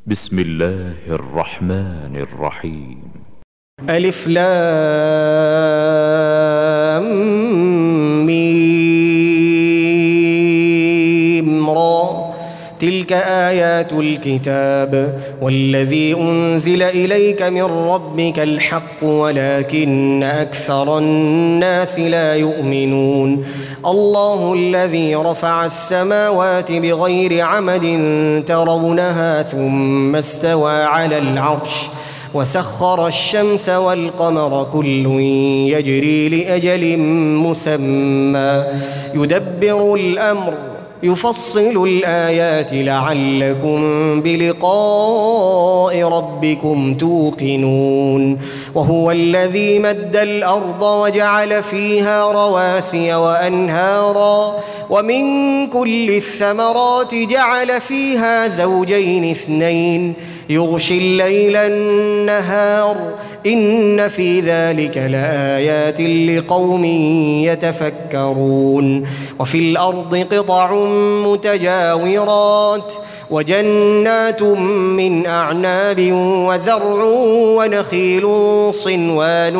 بسم الله الرحمن الرحيم. ألف لام ميم را، تلك آيات الكتاب والذي أنزل إليك من ربك الحق ولكن أكثر الناس لا يؤمنون. الله الذي رفع السماوات بغير عمد ترونها ثم استوى على العرش وسخر الشمس والقمر كل يجري لأجل مسمى يدبر الأمر يفصل الآيات لعلكم بلقاء ربكم توقنون. وهو الذي مد الأرض وجعل فيها رواسي وأنهارا ومن كل الثمرات جعل فيها زوجين اثنين يغشي الليل النهار إن في ذلك لآيات لقوم يتفكرون. وفي الأرض قطع متجاورات وجنات من أعناب وزرع ونخيل صنوان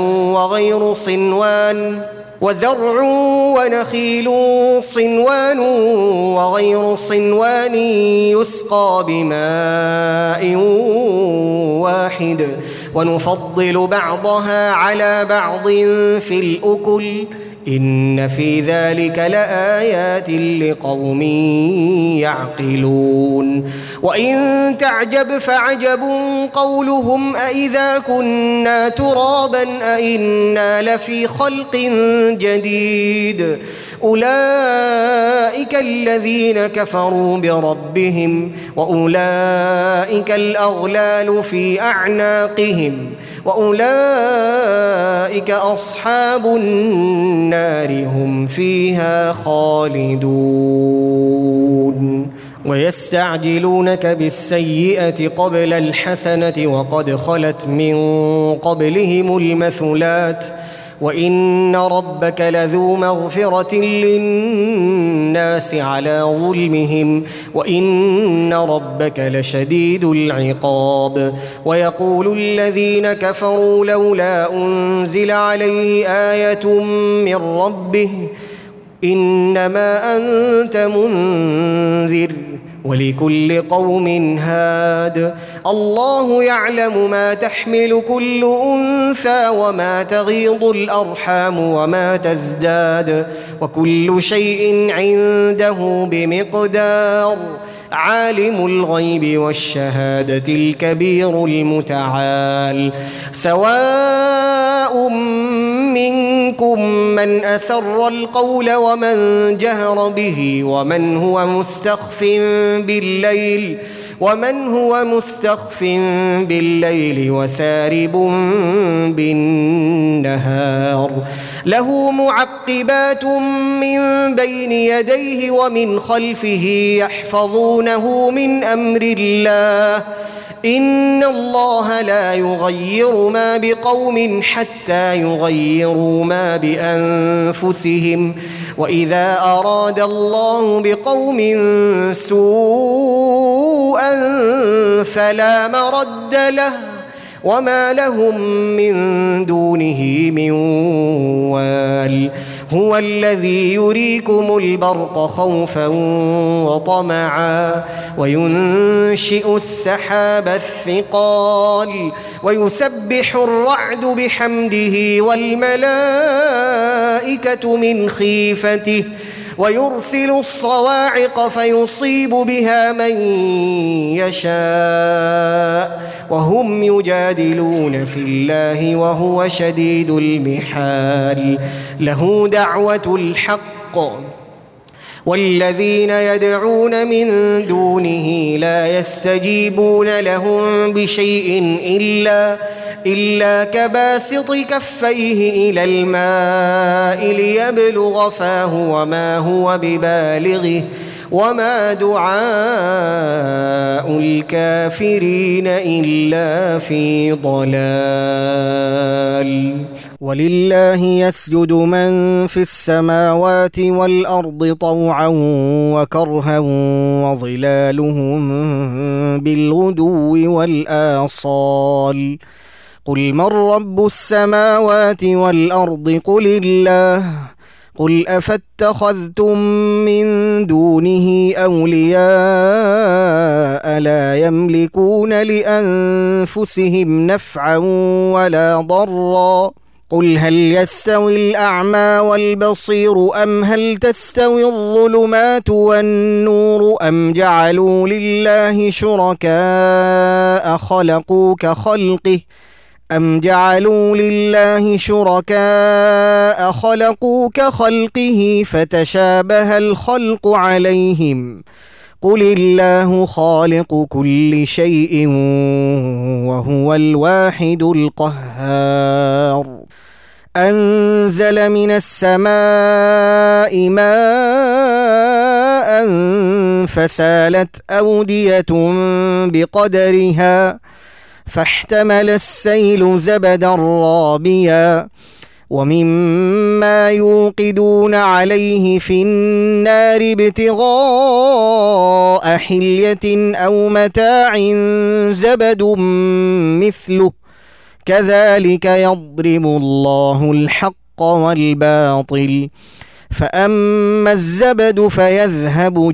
وغير صنوان يسقى بماء واحد ونفضل بعضها على بعض في الأكل إن في ذلك لآيات لقوم يعقلون. وإن تعجب فعجب قولهم أإذا كنا ترابا أإنا لفي خلق جديد أولئك الذين كفروا بربهم وأولئك الأغلال في أعناقهم وأولئك أصحاب النار هم فيها خالدون. ويستعجلونك بالسيئة قبل الحسنة وقد خلت من قبلهم المثلات وإن ربك لذو مغفرة للناس على ظلمهم وإن ربك لشديد العقاب. ويقول الذين كفروا لولا أنزل عليه آية من ربه إنما أنت منذر ولكل قوم هاد الله يعلم ما تحمل كل أنثى وما تغيض الأرحام وما تزداد وكل شيء عنده بمقدار. عالم الغيب والشهادة الكبير المتعال. سواء منكم من أسر القول ومن جهر به ومن هو مستخف بالليل وسارب بالنهار. له معقبات من بين يديه ومن خلفه يحفظونه من أمر الله إن الله لا يغير ما بقوم حتى يغيروا ما بأنفسهم وإذا أراد الله بقوم سوءا فلا مرد له وما لهم من دونه من وال. هو الذي يريكم البرق خوفا وطمعا وينشئ السحاب الثقال ويسبح الرعد بحمده والملائكة من خيفته ويرسل الصواعق فيصيب بها من يشاء وهم يجادلون في الله وهو شديد المحال. له دعوة الحق والذين يدعون من دونه لا يستجيبون لهم بشيء إلا كباسط كفيه إلى الماء ليبلغ فاه وما هو ببالغه وما دعاء الكافرين إلا في ضلال. ولله يسجد من في السماوات والأرض طوعا وكرها وظلالهم بالغدو والآصال. قل من رب السماوات والأرض قل الله. قل أفاتخذتم من دونه أولياء لا يملكون لأنفسهم نفعا ولا ضرا. قل هل يستوي الأعمى والبصير أم هل تستوي الظلمات والنور أم جعلوا لله شركاء خلقوا كخلقه فتشابه الخلق عليهم. قل الله خالق كل شيء وهو الواحد القهار. أنزل من السماء ماء فسالت أودية بقدرها فاحتمل السيل زبدا رابيا ومما يوقدون عليه في النار ابتغاء حلية أو متاع زبد مثله كذلك يضرب الله الحق والباطل. فأما الزبد فيذهب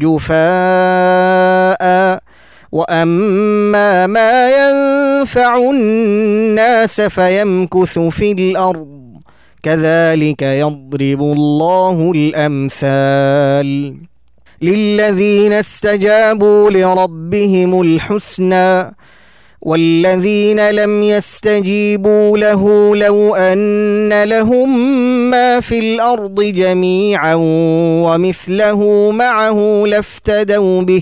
جفاء وأما ما ينفع الناس فيمكث في الأرض كذلك يضرب الله الأمثال. للذين استجابوا لربهم الحسنى والذين لم يستجيبوا له لو أن لهم ما في الأرض جميعا ومثله معه لافتدوا به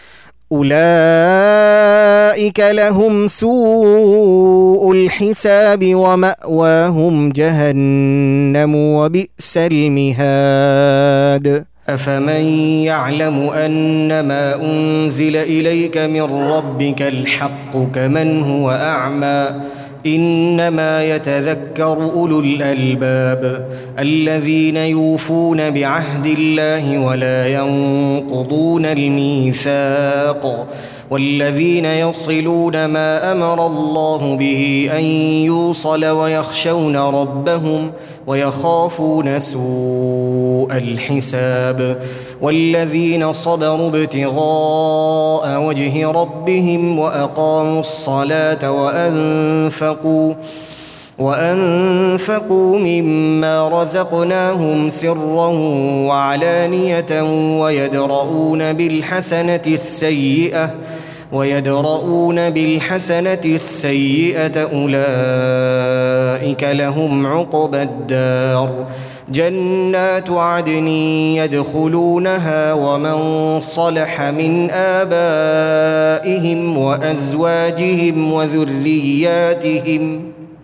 أولئك لهم سوء الحساب ومأواهم جهنم وبئس المهاد. أفمن يعلم أنما أنزل إليك من ربك الحق كمن هو أعمى إنما يتذكر أولو الألباب الذين يوفون بعهد الله ولا ينقضون الميثاق والذين يصلون ما أمر الله به أن يوصل ويخشون ربهم ويخافون سوء الحساب والذين صبروا ابتغاء وجه ربهم وأقاموا الصلاة وأنفقوا مما رزقناهم سرا وعلانية ويدرؤون بالحسنة السيئة أولئك لهم عقبى الدار. جنات عدن يدخلونها ومن صلح من آبائهم وأزواجهم وذرياتهم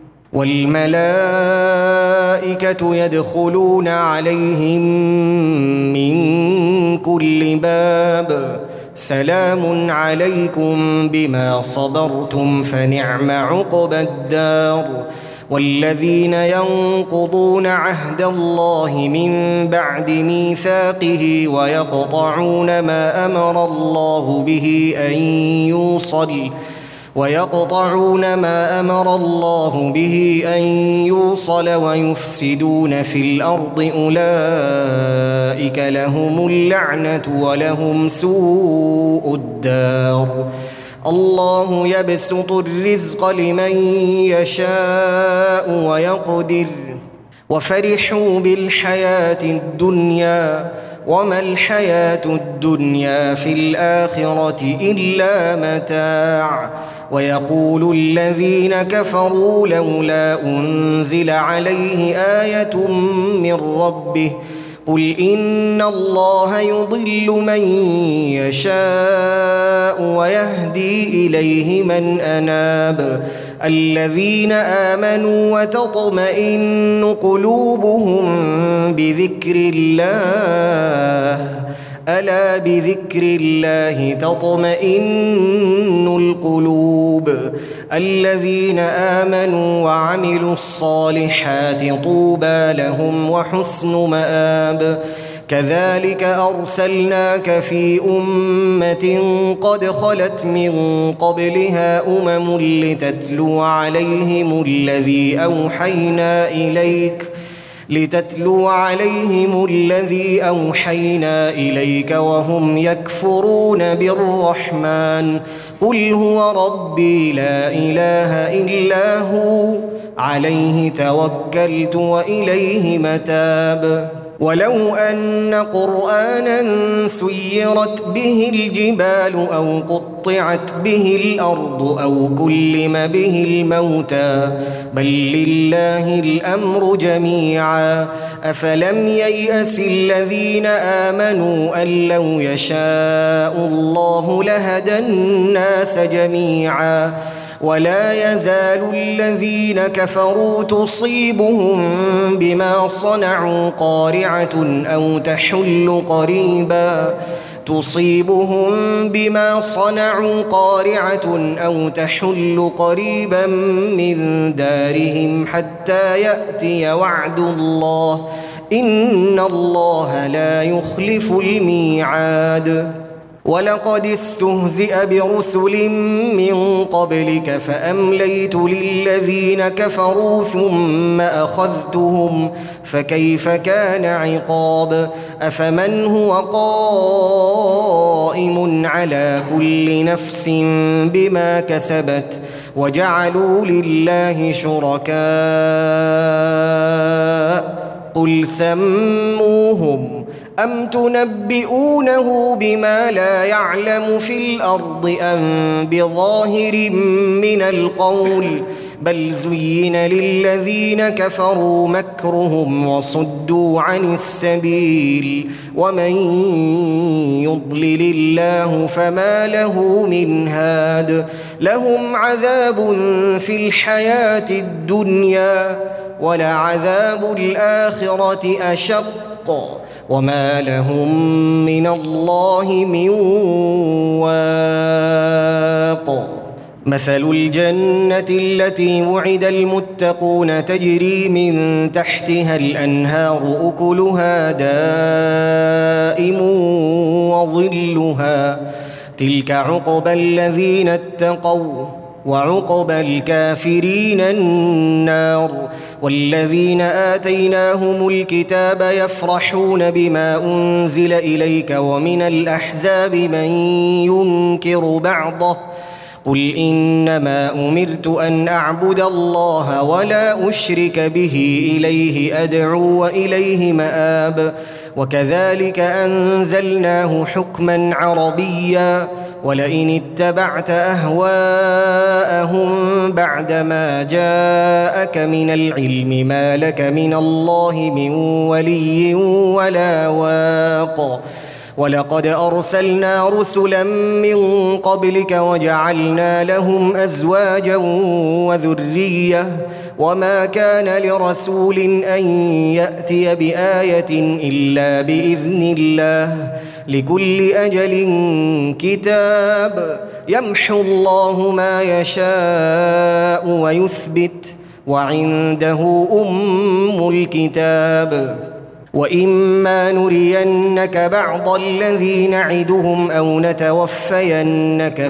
والملائكة يدخلون عليهم من كل باب سلام عليكم بما صبرتم فنعم عقبى الدار. والذين ينقضون عهد الله من بعد ميثاقه ويقطعون ما أمر الله به أن يوصل ويفسدون في الأرض أولئك لهم اللعنة ولهم سوء الدار. الله يبسط الرزق لمن يشاء ويقدر وفرحوا بالحياة الدنيا وما الحياة الدنيا في الآخرة إلا متاع. ويقول الذين كفروا لولا أنزل عليه آية من ربه قل إن الله يضل من يشاء ويهدي إليه من أناب. الذين آمنوا وتطمئن قلوبهم بذكر الله ألا بذكر الله تطمئن القلوب الذين آمنوا وعملوا الصالحات طوبى لهم وحسن مآب كذلك أرسلناك في أمة قد خلت من قبلها لتتلو عليهم الذي أوحينا إليك وهم يكفرون بالرحمن قل هو ربي لا إله إلا هو عليه توكلت وإليه متاب ولو أن قرآنا سيرت به الجبال أو قطعت به الأرض أو كلم به الموتى بل لله الأمر جميعا أفلم ييأس الذين آمنوا أن لو يشاء الله لهدى الناس جميعا ولا يزال الذين كفروا تصيبهم بما صنعوا قارعة أو تحل قريبا من دارهم حتى يأتي وعد الله إن الله لا يخلف الميعاد ولقد استهزئ برسل من قبلك فأمليت للذين كفروا ثم أخذتهم فكيف كان عقاب أفمن هو قائم على كل نفس بما كسبت وجعلوا لله شركاء قل سموهم أم تنبئونه بما لا يعلم في الأرض أم بظاهر من القول بل زين للذين كفروا مكرهم وصدوا عن السبيل ومن يضلل الله فما له من هاد لهم عذاب في الحياة الدنيا ولعذاب الآخرة أشق وما لهم من الله من واق مثل الجنة التي وعد المتقون تجري من تحتها الأنهار أكلها دائم وظلها تلك عقبى الذين اتقوا وعقبى الكافرين النار والذين آتيناهم الكتاب يفرحون بما أنزل إليك ومن الأحزاب من ينكر بعضه قل إنما أمرت أن أعبد الله ولا أشرك به إليه أدعو وإليه مآب وكذلك أنزلناه حكما عربيا ولئن اتبعت أهواءهم بعدما جاءك من العلم ما لك من الله من ولي ولا واق ولقد أرسلنا رسلا من قبلك وجعلنا لهم أزواجا وذرية وما كان لرسول أن يأتي بآية إلا بإذن الله لكل أجل كتاب يمحو الله ما يشاء ويثبت وعنده أم الكتاب وإما نرينك بعض الذي نعدهم أو نتوفينك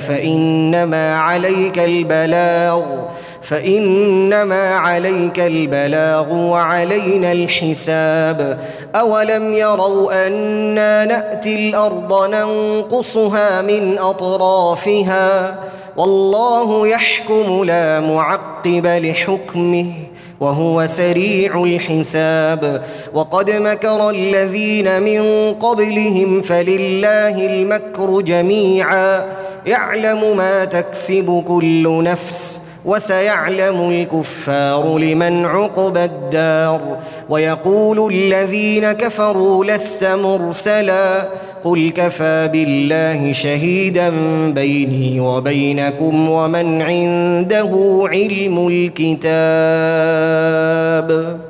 فإنما عليك البلاغ وعلينا الحساب أولم يروا أنا نأتي الأرض ننقصها من أطرافها والله يحكم لا معقب لحكمه وهو سريع الحساب وقد مكر الذين من قبلهم فلله المكر جميعا يعلم ما تكسب كل نفس وسيعلم الكفار لمن عقبى الدار ويقول الذين كفروا لست مرسلا قل كفى بالله شهيدا بيني وبينكم ومن عنده علم الكتاب